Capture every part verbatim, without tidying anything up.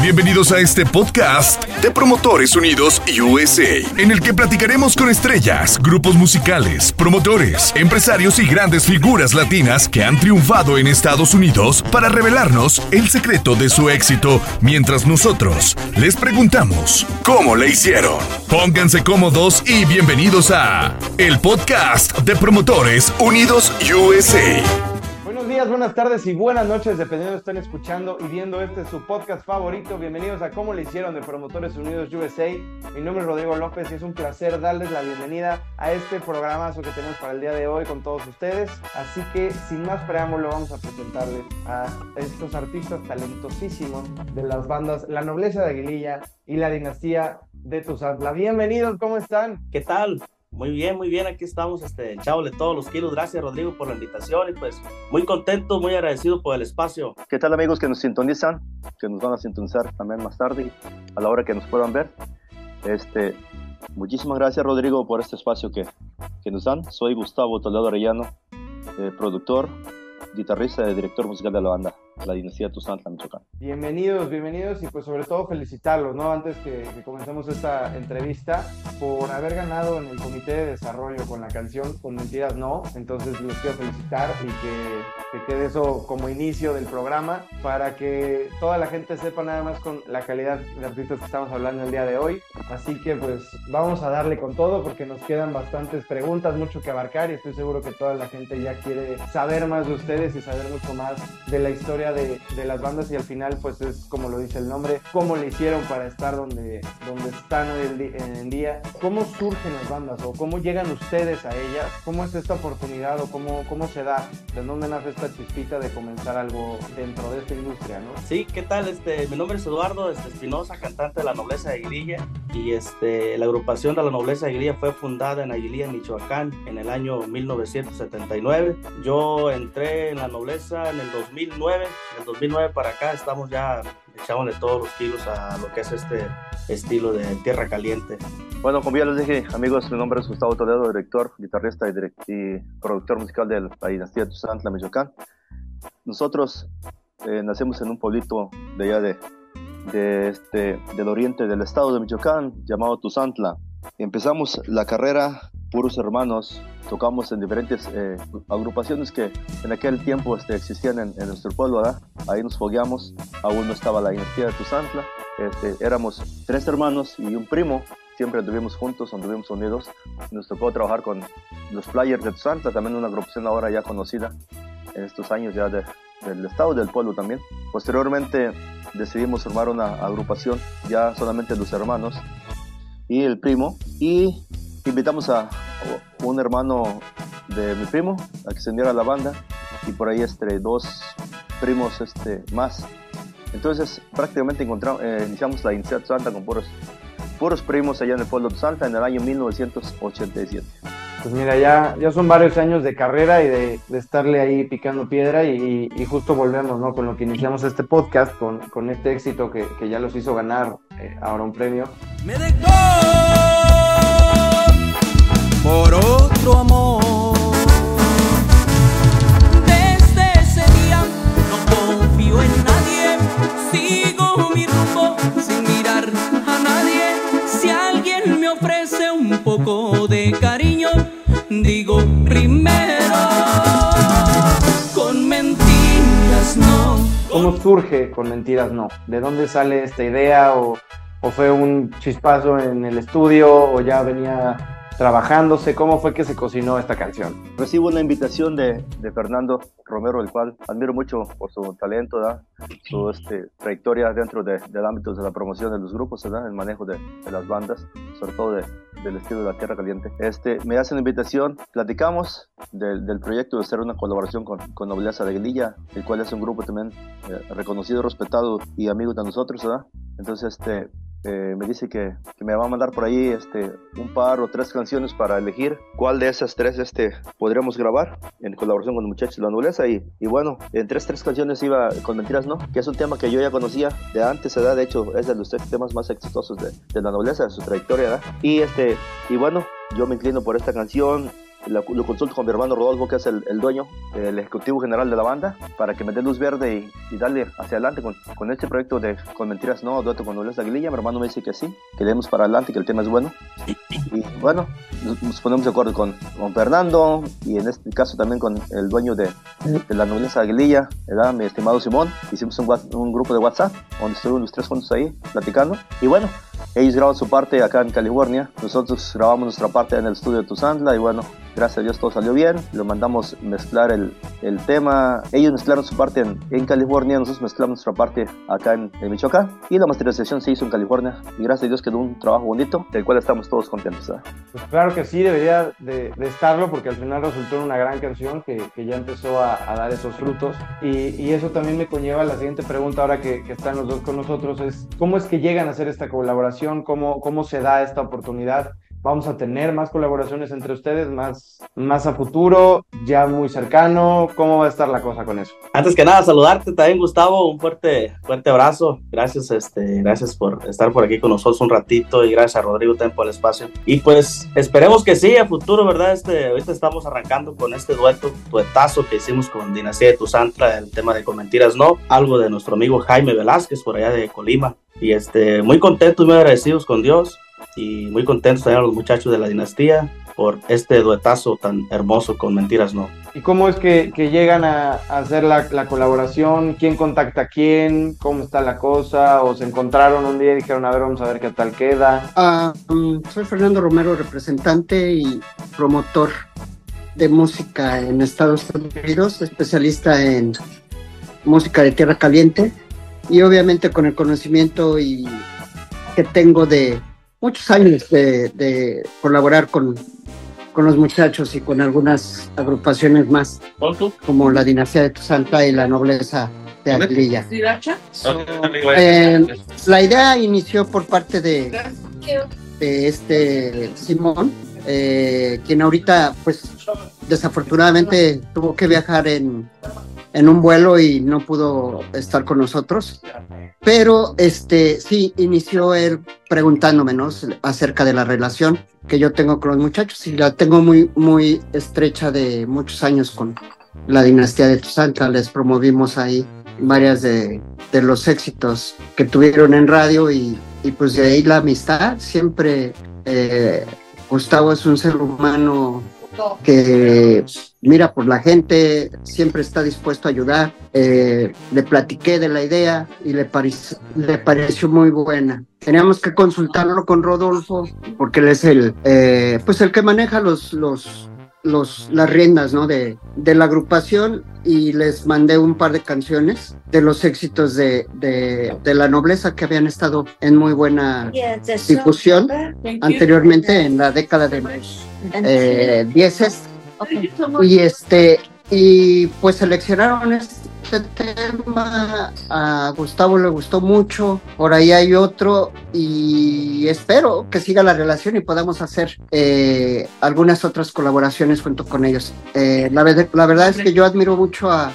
Bienvenidos a este podcast de Promotores Unidos U S A, en el que platicaremos con estrellas, grupos musicales, promotores, empresarios y grandes figuras latinas que han triunfado en Estados Unidos para revelarnos el secreto de su éxito, mientras nosotros les preguntamos cómo le hicieron. Pónganse cómodos y bienvenidos a el podcast de Promotores Unidos U S A. Buenos días, buenas tardes y buenas noches, dependiendo de estén escuchando y viendo este su podcast favorito. Bienvenidos a Cómo le hicieron de Promotores Unidos U S A. Mi nombre es Rodrigo López y es un placer darles la bienvenida a este programazo que tenemos para el día de hoy con todos ustedes. Así que sin más preámbulo vamos a presentarles a estos artistas talentosísimos de las bandas La Nobleza de Aguililla y La Dinastía de Tuzantla. Bienvenidos, ¿cómo están? ¿Qué tal? Muy bien, muy bien, aquí estamos, este, echándole todos los kilos. Gracias, Rodrigo, por la invitación y pues muy contento, muy agradecido por el espacio. ¿Qué tal, amigos que nos sintonizan, que nos van a sintonizar también más tarde, a la hora que nos puedan ver? Este, muchísimas gracias, Rodrigo, por este espacio que, que nos dan. Soy Gustavo Toledo Arellano, eh, productor, guitarrista y director musical de la banda La Dinastía de Tuzantla, Michoacán. Bienvenidos, bienvenidos y pues sobre todo felicitarlos, ¿no? Antes que, que comencemos esta entrevista, por haber ganado en el comité de desarrollo con la canción Con Mentiras No. Entonces los quiero felicitar y que, que quede eso como inicio del programa para que toda la gente sepa nada más con la calidad de artistas que estamos hablando el día de hoy. Así que pues vamos a darle con todo porque nos quedan bastantes preguntas, mucho que abarcar y estoy seguro que toda la gente ya quiere saber más de ustedes y saber mucho más de la historia de, de las bandas y al final pues es como lo dice el nombre, cómo le hicieron para estar donde, donde están hoy en el día. ¿Cómo surgen las bandas o cómo llegan ustedes a ellas? ¿Cómo es esta oportunidad o cómo, cómo se da? ¿De dónde nace esta chispita de comenzar algo dentro de esta industria, no? Sí, ¿qué tal? Este, mi nombre es Eduardo este, Espinosa, cantante de La Nobleza de Aguililla y este, la agrupación de La Nobleza de Aguililla fue fundada en Aguililla, Michoacán en el año mil novecientos setenta y nueve. Yo entré en La Nobleza en el dos mil nueve, del dos mil nueve para acá estamos ya echándole todos los kilos a lo que es este estilo de tierra caliente. Bueno, como ya les dije, amigos, mi nombre es Gustavo Toledo, director, guitarrista y, direct- y productor musical de La Dinastía de Tuzantla, Michoacán. Nosotros eh, nacemos en un pueblito de allá de, de este, del oriente del estado de Michoacán, llamado Tuzantla. Empezamos la carrera puros hermanos, tocamos en diferentes eh, agrupaciones que en aquel tiempo este, existían en, en nuestro pueblo, ¿verdad? Ahí nos fogueamos, aún no estaba La Dinastía de Tuzantla. Este, éramos tres hermanos y un primo. Siempre anduvimos juntos, anduvimos unidos. Nos tocó trabajar con los Players de Tuzantla, también una agrupación ahora ya conocida en estos años ya de, del estado, del pueblo también. Posteriormente decidimos formar una agrupación ya solamente los hermanos y el primo, y invitamos a un hermano de mi primo a que se uniera a la banda y por ahí este, dos primos este, más. Entonces prácticamente encontramos, eh, iniciamos la Dinastía de Tuzantla con puros puros primos allá en el pueblo de Tuzantla en el año mil novecientos ochenta y siete. Pues mira, ya, ya son varios años de carrera y de, de estarle ahí picando piedra y, y justo volvemos, ¿no? Con lo que iniciamos este podcast, con, con este éxito que, que ya los hizo ganar eh, ahora un premio. Me dejó por otro amor. Desde ese día no confío en nadie, sigo mi rumbo sin mirar a nadie. Si alguien me ofrece un poco de cariño, digo primero, con mentiras no. ¿Cómo surge Con Mentiras No? ¿De dónde sale esta idea? ¿O, o fue un chispazo en el estudio? ¿O ya venía trabajándose? ¿Cómo fue que se cocinó esta canción? Recibo una invitación de, de Fernando Romero, el cual admiro mucho por su talento, ¿verdad? Su este, trayectoria dentro de, del ámbito de la promoción de los grupos, ¿verdad? El manejo de, de las bandas, sobre todo de, del estilo de la tierra caliente. Este, me hace una invitación, platicamos del, del proyecto de hacer una colaboración con, con Nobleza de Aguililla, el cual es un grupo también eh, reconocido, respetado y amigo de nosotros, ¿verdad? Entonces, este, eh, me dice que, que me va a mandar por ahí este, un par o tres canciones para elegir cuál de esas tres este, podríamos grabar en colaboración con los muchachos de La Nobleza. Y, y bueno, entre esas tres canciones iba Con Mentiras No, que es un tema que yo ya conocía de antes, ¿verdad? De hecho, es de los temas más exitosos de, de La Nobleza, de su trayectoria, ¿verdad? Y, este, y bueno, yo me inclino por esta canción. lo, lo consulto con mi hermano Rodolfo, que es el, el dueño, el ejecutivo general de la banda, para que me dé luz verde y, y darle hacia adelante con, con este proyecto de Con Mentiras No, dueto con Nobleza Aguililla. Mi hermano me dice que sí, que demos para adelante, que el tema es bueno. Y bueno, nos, nos ponemos de acuerdo con, con Fernando y en este caso también con el dueño de, de la Nobleza Aguililla, ¿verdad? Mi estimado Simón. Hicimos un, un grupo de WhatsApp donde estuvimos los tres juntos ahí platicando. Y bueno, ellos graban su parte acá en California, nosotros grabamos nuestra parte en el estudio de Tuzantla y bueno, gracias a Dios todo salió bien. Lo mandamos mezclar el, el tema, ellos mezclaron su parte en, en California, nosotros mezclamos nuestra parte acá en, en Michoacán y la masterización se hizo en California y gracias a Dios quedó un trabajo bonito del cual estamos todos contentos, ¿verdad? Pues claro que sí, debería de, de estarlo porque al final resultó en una gran canción que, que ya empezó a, a dar esos frutos y, y eso también me conlleva a la siguiente pregunta ahora que, que están los dos con nosotros, es ¿cómo es que llegan a hacer esta colaboración? ¿Cómo, cómo se da esta oportunidad? ¿Vamos a tener más colaboraciones entre ustedes, más, más a futuro, ya muy cercano? ¿Cómo va a estar la cosa con eso? Antes que nada, saludarte también, Gustavo, un fuerte, fuerte abrazo. Gracias, este, gracias por estar por aquí con nosotros un ratito y gracias a Rodrigo también por el espacio. Y pues esperemos que sí, a futuro, ¿verdad? Este, ahorita estamos arrancando con este dueto, duetazo que hicimos con Dinastía de Tuzantla, el tema de Con Mentiras No, algo de nuestro amigo Jaime Velázquez por allá de Colima. Y este, muy contentos, muy agradecidos con Dios. Y muy contentos también a los muchachos de la Dinastía por este duetazo tan hermoso Con Mentiras No. ¿Y cómo es que, que llegan a, a hacer la, la colaboración? ¿Quién contacta a quién? ¿Cómo está la cosa? ¿O se encontraron un día y dijeron, a ver, vamos a ver qué tal queda? Uh, um, soy Fernando Romero, representante y promotor de música en Estados Unidos, especialista en música de tierra caliente y obviamente con el conocimiento y que tengo de muchos años de, de colaborar con, con los muchachos y con algunas agrupaciones más, como la Dinastía de Tuzantla y la Nobleza de Aguililla. So, eh, la idea inició por parte de, de este Simón, eh, quien ahorita, pues, desafortunadamente tuvo que viajar en, en un vuelo y no pudo estar con nosotros. Pero este sí inició él preguntándome, ¿no?, acerca de la relación que yo tengo con los muchachos y la tengo muy muy estrecha de muchos años con la Dinastía de Tuzantla. Les promovimos ahí varias de, de los éxitos que tuvieron en radio y, y pues de ahí la amistad. Siempre eh, Gustavo es un ser humano que mira por la gente, siempre está dispuesto a ayudar. Eh, le platiqué de la idea y le, pareció, le pareció muy buena. Teníamos que consultarlo con Rodolfo porque él es el, eh, pues el que maneja los, los, los, las riendas, ¿no?, de, de la agrupación, y les mandé un par de canciones de los éxitos de, de, de la Nobleza que habían estado en muy buena difusión anteriormente en la década de los eh, dieces. Y este y pues seleccionaron este tema, a Gustavo le gustó mucho, por ahí hay otro y espero que siga la relación y podamos hacer eh, algunas otras colaboraciones junto con ellos. Eh, la, la verdad es que yo admiro mucho a,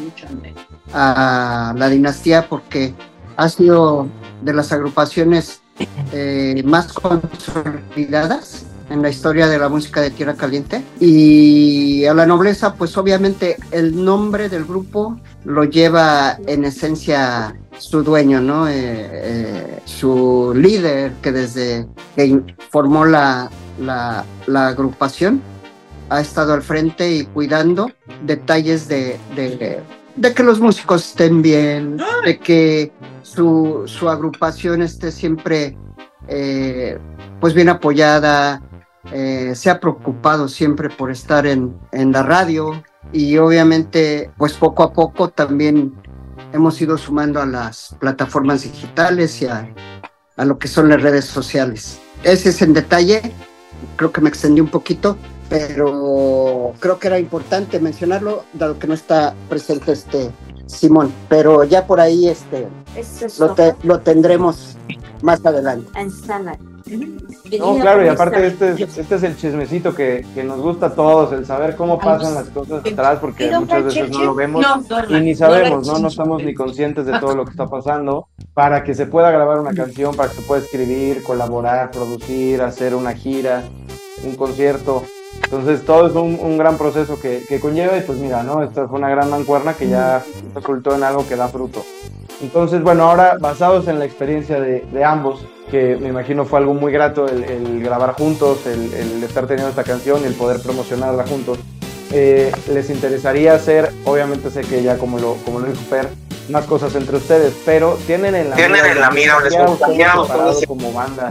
a la Dinastía porque ha sido de las agrupaciones eh, más consolidadas en la historia de la música de tierra caliente. Y a la Nobleza, pues obviamente el nombre del grupo lo lleva en esencia su dueño, ¿no? Eh, eh, su líder, que desde que formó la, la, la agrupación ha estado al frente y cuidando detalles de, de, de que los músicos estén bien, de que su, su agrupación esté siempre eh, pues bien apoyada. Eh, se ha preocupado siempre por estar en, en la radio y obviamente pues poco a poco también hemos ido sumando a las plataformas digitales y a, a lo que son las redes sociales. Ese es en detalle, creo que me extendí un poquito, pero creo que era importante mencionarlo dado que no está presente este Simón, pero ya por ahí este lo, te, lo tendremos más adelante. No, claro, y aparte este es, este es el chismecito que, que nos gusta a todos, el saber cómo pasan las cosas atrás, porque muchas veces no lo vemos y ni sabemos, ¿no? No estamos ni conscientes de todo lo que está pasando, para que se pueda grabar una canción, para que se pueda escribir, colaborar, producir, hacer una gira, un concierto. Entonces todo es un, un gran proceso que, que conlleva y pues mira, ¿no? Esta fue una gran mancuerna que ya resultó en algo que da fruto. Entonces, bueno, ahora basados en la experiencia de, de ambos, que me imagino fue algo muy grato el, el grabar juntos, el, el estar teniendo esta canción y el poder promocionarla juntos, eh, ¿les interesaría hacer, obviamente sé que ya como lo, como lo dijo Fer, más cosas entre ustedes, pero tienen en la ¿Tienen mira, en la mira les gustaría como banda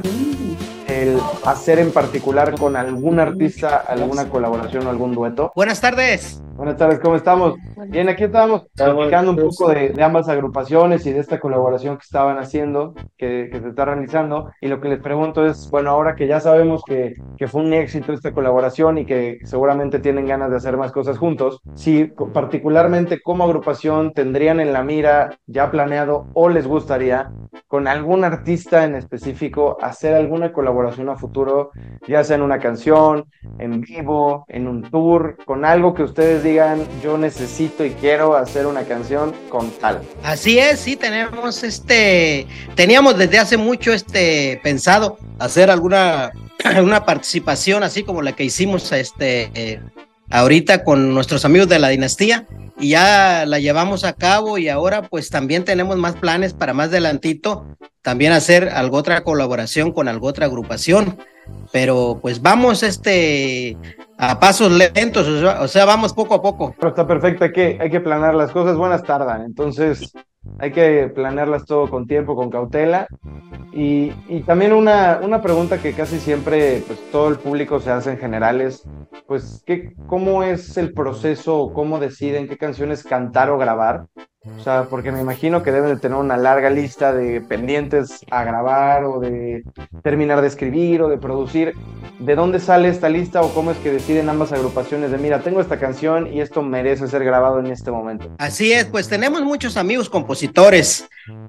el hacer en particular con algún artista alguna colaboración o algún dueto? Buenas tardes. Buenas tardes, ¿cómo estamos? Bien, aquí estábamos platicando un poco de, de ambas agrupaciones y de esta colaboración que estaban haciendo, que, que se está realizando, y lo que les pregunto es, bueno, ahora que ya sabemos que, que fue un éxito esta colaboración y que seguramente tienen ganas de hacer más cosas juntos, si particularmente como agrupación tendrían en la mira ya planeado o les gustaría con algún artista en específico hacer alguna colaboración a futuro, ya sea en una canción, en vivo, en un tour, con algo que ustedes digan, yo necesito y quiero hacer una canción con tal. Así es, sí, tenemos este, teníamos desde hace mucho este pensado hacer alguna una participación así como la que hicimos este eh, ahorita con nuestros amigos de la dinastía, y ya la llevamos a cabo, y ahora pues también tenemos más planes para más adelantito también hacer algo otra colaboración con algo otra agrupación, pero pues vamos este a pasos lentos, o sea, o sea vamos poco a poco. Pero está perfecto, hay que, hay que planear las cosas, buenas tardan, entonces hay que planearlas todo con tiempo, con cautela. Y, y también una, una pregunta que casi siempre pues, todo el público se hace en general es, pues, ¿qué, ¿cómo es el proceso o cómo deciden qué canciones cantar o grabar? O sea, porque me imagino que deben de tener una larga lista de pendientes a grabar o de terminar de escribir o de producir. ¿De dónde sale esta lista o cómo es que deciden ambas agrupaciones de, mira, tengo esta canción y esto merece ser grabado en este momento? Así es, pues tenemos muchos amigos compositores.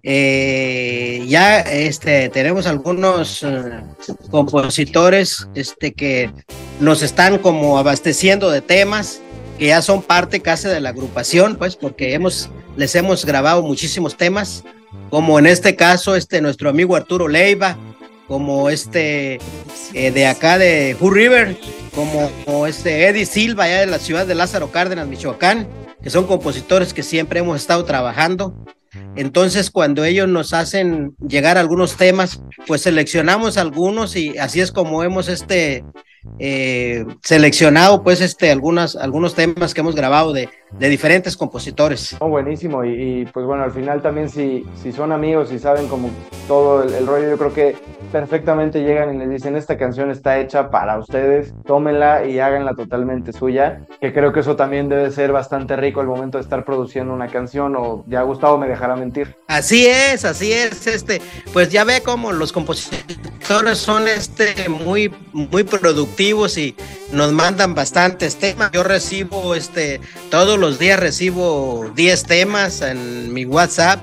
Eh, ya este, tenemos algunos uh, compositores este, que nos están como abasteciendo de temas que ya son parte casi de la agrupación, pues porque hemos, les hemos grabado muchísimos temas, como en este caso este, nuestro amigo Arturo Leiva, como este eh, de acá de Hood River, como, como este Eddie Silva allá de la ciudad de Lázaro Cárdenas, Michoacán, que son compositores que siempre hemos estado trabajando. Entonces cuando ellos nos hacen llegar algunos temas, pues seleccionamos algunos y así es como hemos este eh, seleccionado pues este algunas, algunos temas que hemos grabado de, de diferentes compositores. Oh, buenísimo, y, y pues bueno, al final también si, si son amigos y saben como todo el, el rollo, yo creo que perfectamente llegan y les dicen, esta canción está hecha para ustedes, tómenla y háganla totalmente suya, que creo que eso también debe ser bastante rico al momento de estar produciendo una canción, o ya Gustavo me dejará mentir. Así es, así es, este, pues ya ve cómo los compositores son este muy, muy productivos y nos mandan bastantes temas. Yo recibo este, todos los días recibo diez temas en mi WhatsApp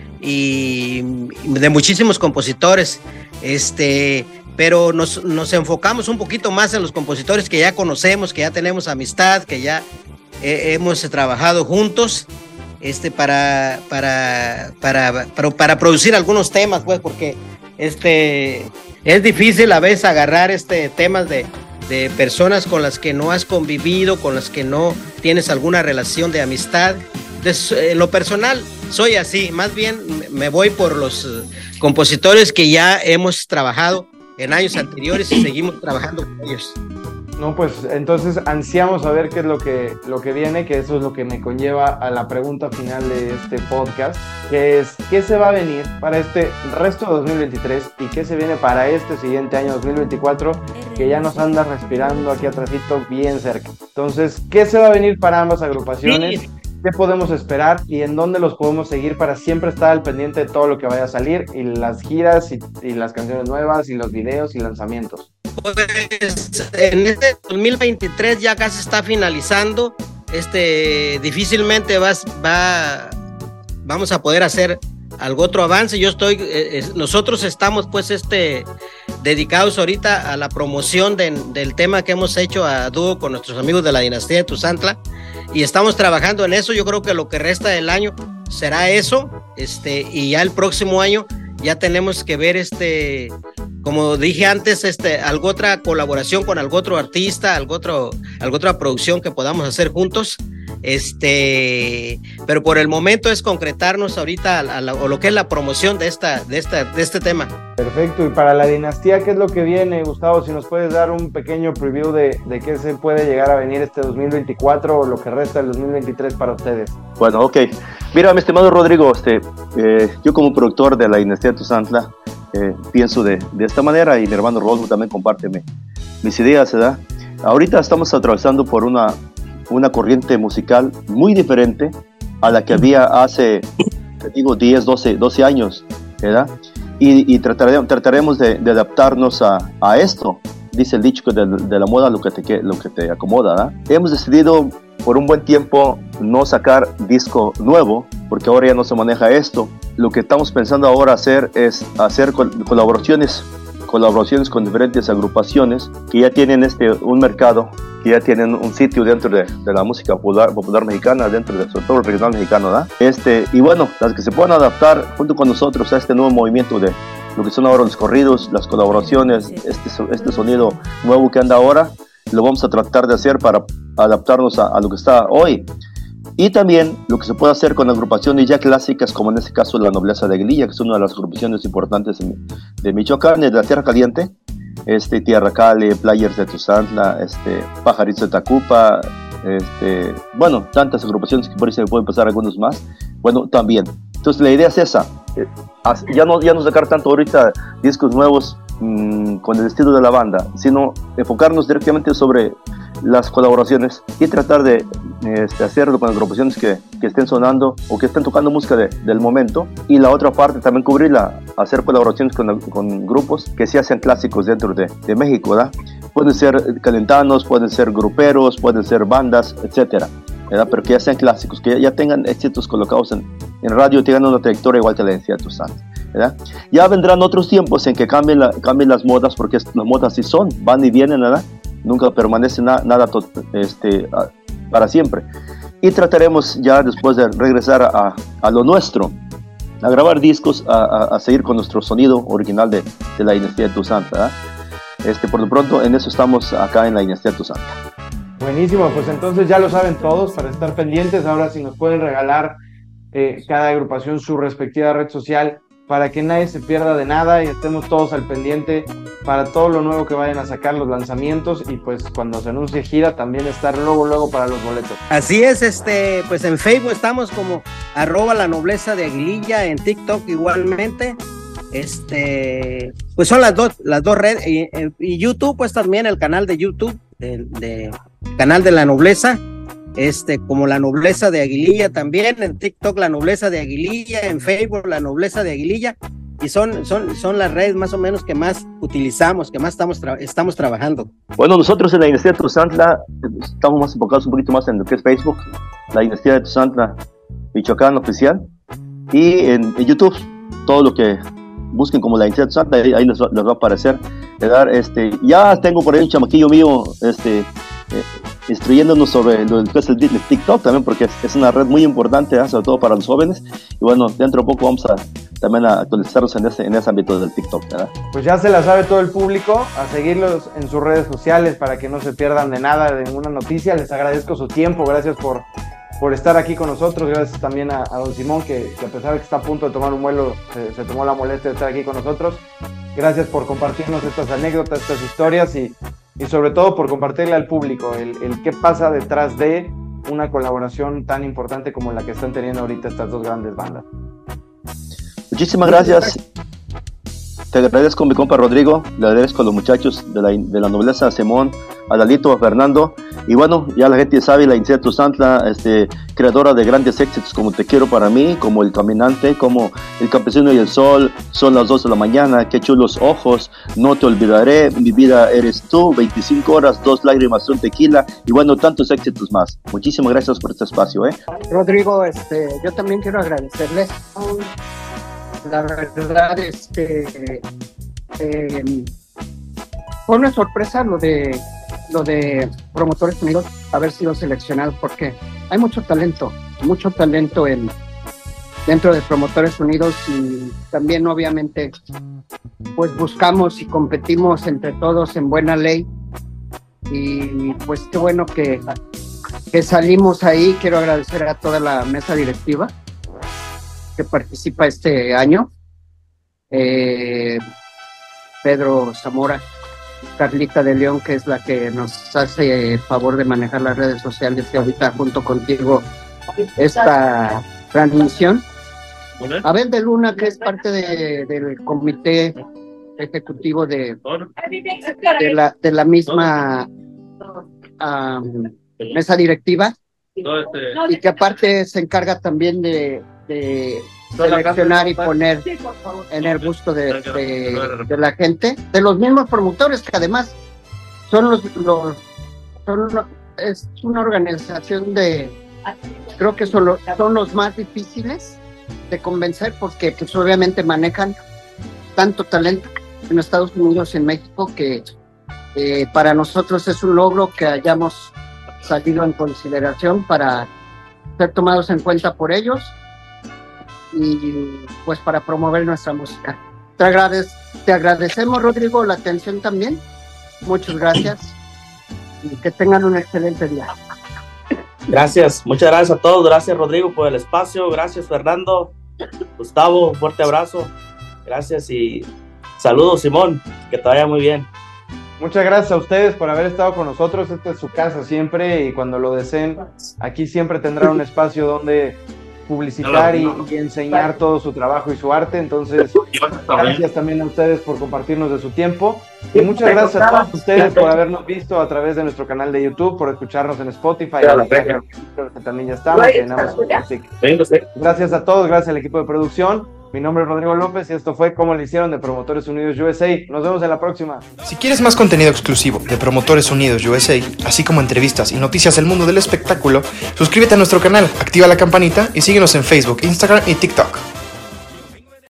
y de muchísimos compositores, este, pero nos, nos enfocamos un poquito más en los compositores que ya conocemos, que ya tenemos amistad, que ya eh, hemos trabajado juntos. Este, para, para, para, para, para producir algunos temas, pues, porque este, es difícil a veces agarrar este, temas de, de personas con las que no has convivido, con las que no tienes alguna relación de amistad. Entonces, en lo personal, soy así, más bien me voy por los uh, compositores que ya hemos trabajado en años anteriores y seguimos trabajando con ellos. No, pues entonces ansiamos saber qué es lo que, lo que viene, que eso es lo que me conlleva a la pregunta final de este podcast, que es, ¿qué se va a venir para este resto de dos mil veintitrés y qué se viene para este siguiente año dos mil veinticuatro, que ya nos anda respirando aquí atrásito bien cerca? Entonces, ¿qué se va a venir para ambas agrupaciones? Sí. ¿Qué podemos esperar y en dónde los podemos seguir para siempre estar al pendiente de todo lo que vaya a salir y las giras y, y las canciones nuevas y los videos y lanzamientos? Pues en este dos mil veintitrés ya casi está finalizando, este difícilmente vas, va, vamos a poder hacer algo otro avance. Yo estoy, eh, nosotros estamos pues este dedicados ahorita a la promoción de, del tema que hemos hecho a dúo con nuestros amigos de la dinastía de Tuzantla y estamos trabajando en eso. Yo creo que lo que resta del año será eso, este, y ya el próximo año ya tenemos que ver este como dije antes, este, algo otra colaboración con algún otro artista, algo otro, algo otra producción que podamos hacer juntos. Este, pero por el momento es concretarnos ahorita a, a, la, a lo que es la promoción de esta, de esta, de este tema. Perfecto, y para la dinastía, ¿qué es lo que viene, Gustavo? Si nos puedes dar un pequeño preview de, de qué se puede llegar a venir este dos mil veinticuatro o lo que resta del dos mil veintitrés para ustedes. Bueno, ok. Mira, mi estimado Rodrigo, este, eh, yo como productor de la dinastía de Tuzantla, eh, pienso de, de esta manera, y mi hermano Rodolfo también comparte mi, mis ideas, ¿verdad? Ahorita estamos atravesando por una una corriente musical muy diferente a la que había hace, te digo, diez, doce, doce años, ¿verdad? Y, y trataremos, trataremos de, de adaptarnos a, a esto. Dice el dicho que de, de la moda lo que te, lo que te acomoda, ¿verdad? Hemos decidido por un buen tiempo no sacar disco nuevo, porque ahora ya no se maneja esto. Lo que estamos pensando ahora hacer es hacer col- colaboraciones colaboraciones con diferentes agrupaciones que ya tienen este, un mercado, que ya tienen un sitio dentro de, de la música popular, popular mexicana, dentro de sobre todo el regional mexicano, ¿verdad? Este, y bueno, las que se puedan adaptar junto con nosotros a este nuevo movimiento de lo que son ahora los corridos, las colaboraciones, este, este sonido nuevo que anda ahora, lo vamos a tratar de hacer para adaptarnos a, a lo que está hoy. Y también lo que se puede hacer con agrupaciones ya clásicas, como en este caso la Nobleza de Aguililla, que es una de las agrupaciones importantes de Michoacán, de la Tierra Caliente, este, Tierra Cali, Players de Tuzantla, este, Pajaritos de Tacupa, este, bueno, tantas agrupaciones que por ahí se me pueden pasar algunos más, bueno, también. Entonces la idea es esa, eh, ya, no, ya no sacar tanto ahorita discos nuevos mmm, con el estilo de la banda, sino enfocarnos directamente sobre las colaboraciones y tratar de este, hacerlo con agrupaciones que, que estén sonando o que estén tocando música de, del momento, y la otra parte también cubrirla, hacer colaboraciones con, con grupos que se hacen clásicos dentro de, de México, ¿verdad? Pueden ser calentanos, pueden ser gruperos, pueden ser bandas, etcétera, ¿verdad? Pero que ya sean clásicos, que ya, ya tengan éxitos colocados en, en radio, tengan una trayectoria igual que la de Tuzantla, ¿verdad? Ya vendrán otros tiempos en que cambien, la, cambien las modas, porque las modas sí son, van y vienen, ¿verdad? Nunca permanece na, nada to, este, a, para siempre. Y trataremos ya después de regresar a, a lo nuestro, a grabar discos, a, a, a seguir con nuestro sonido original de, de la dinastía de Tuzantla. Este, por lo pronto, en eso estamos acá en la dinastía de Tuzantla. Buenísimo, pues entonces ya lo saben todos, para estar pendientes. Ahora si nos pueden regalar eh, cada agrupación su respectiva red social, para que nadie se pierda de nada y estemos todos al pendiente para todo lo nuevo que vayan a sacar, los lanzamientos, y pues cuando se anuncie gira también estar luego luego para los boletos. Así es, este, pues en Facebook estamos como arroba la nobleza de Aguililla, en TikTok igualmente, este, pues son las dos, las dos redes, y, y YouTube, pues también el canal de YouTube, de, de canal de la nobleza, este, como la nobleza de Aguililla también, en TikTok la nobleza de Aguililla, en Facebook la nobleza de Aguililla, y son, son, son las redes más o menos que más utilizamos, que más estamos, tra- estamos trabajando. Bueno, nosotros en la dinastía de Tuzantla estamos más enfocados un poquito más en lo que es Facebook, la dinastía de Tuzantla Michoacán oficial, y en, en YouTube, todo lo que busquen como la dinastía de Tuzantla, ahí, ahí les, va, les va a aparecer. Este, ya tengo por ahí un chamaquillo mío, este, eh, instruyéndonos sobre lo que es el TikTok también, porque es, es una red muy importante, ¿eh? Sobre todo para los jóvenes, y bueno, dentro de poco vamos a también a actualizarnos en ese, en ese ámbito del TikTok, ¿verdad? Pues ya se la sabe todo el público, a seguirlos en sus redes sociales para que no se pierdan de nada, de ninguna noticia. Les agradezco su tiempo, gracias por, por estar aquí con nosotros, gracias también a, a don Simón, que, que a pesar de que está a punto de tomar un vuelo, se, se tomó la molestia de estar aquí con nosotros. Gracias por compartirnos estas anécdotas, estas historias, y, y sobre todo por compartirle al público el, el qué pasa detrás de una colaboración tan importante como la que están teniendo ahorita estas dos grandes bandas. Muchísimas gracias. Te agradezco a mi compa Rodrigo, le agradezco a los muchachos de la, de la nobleza, a Simón, a Lalito, a Fernando, y bueno, ya la gente sabe, la dinastía de Tuzantla, este, creadora de grandes éxitos como Te Quiero Para Mí, como El Caminante, como El Campesino y el Sol, Son las dos de la mañana, Qué Chulos Ojos, No Te Olvidaré, Mi Vida Eres Tú, veinticinco horas, Dos Lágrimas, Un Tequila, y bueno, tantos éxitos más. Muchísimas gracias por este espacio, ¿eh? Rodrigo, este, yo también quiero agradecerles. La verdad, este, eh, fue una sorpresa lo de lo de Promotores Unidos haber sido seleccionado, porque hay mucho talento, mucho talento en dentro de Promotores Unidos, y también obviamente pues buscamos y competimos entre todos en buena ley. Y pues qué bueno que, que salimos ahí. Quiero agradecer a toda la mesa directiva que participa este año. Eh, Pedro Zamora, Carlita de León, que es la que nos hace el favor de manejar las redes sociales y ahorita junto contigo esta transmisión. Abel de Luna, que es parte de, del comité ejecutivo de, de, la, de la misma um, mesa directiva, y que aparte se encarga también de, de seleccionar y poner en el gusto de, de, de la gente, de los mismos promotores, que además son los, los son los, es una organización de, creo que son los, son los más difíciles de convencer, porque pues obviamente manejan tanto talento en Estados Unidos y en México, que eh, para nosotros es un logro que hayamos salido en consideración para ser tomados en cuenta por ellos y pues para promover nuestra música. Te, agradec- te agradecemos, Rodrigo, la atención también. Muchas gracias y que tengan un excelente día. Gracias, muchas gracias a todos. Gracias, Rodrigo, por el espacio. Gracias, Fernando. Gustavo, un fuerte abrazo. Gracias y saludos, Simón. Que te vaya muy bien. Muchas gracias a ustedes por haber estado con nosotros. Esta es su casa siempre y cuando lo deseen, aquí siempre tendrán un espacio donde publicitar y, y enseñar todo su trabajo y su arte. Entonces, gracias también a ustedes por compartirnos de su tiempo. Y muchas gracias a todos ustedes por habernos visto a través de nuestro canal de YouTube, por escucharnos en Spotify, que también ya estamos. En Amazon Music. Gracias a todos, gracias al equipo de producción. Mi nombre es Rodrigo López y esto fue Cómo le hicieron de Promotores Unidos U S A. Nos vemos en la próxima. Si quieres más contenido exclusivo de Promotores Unidos U S A, así como entrevistas y noticias del mundo del espectáculo, suscríbete a nuestro canal, activa la campanita y síguenos en Facebook, Instagram y TikTok.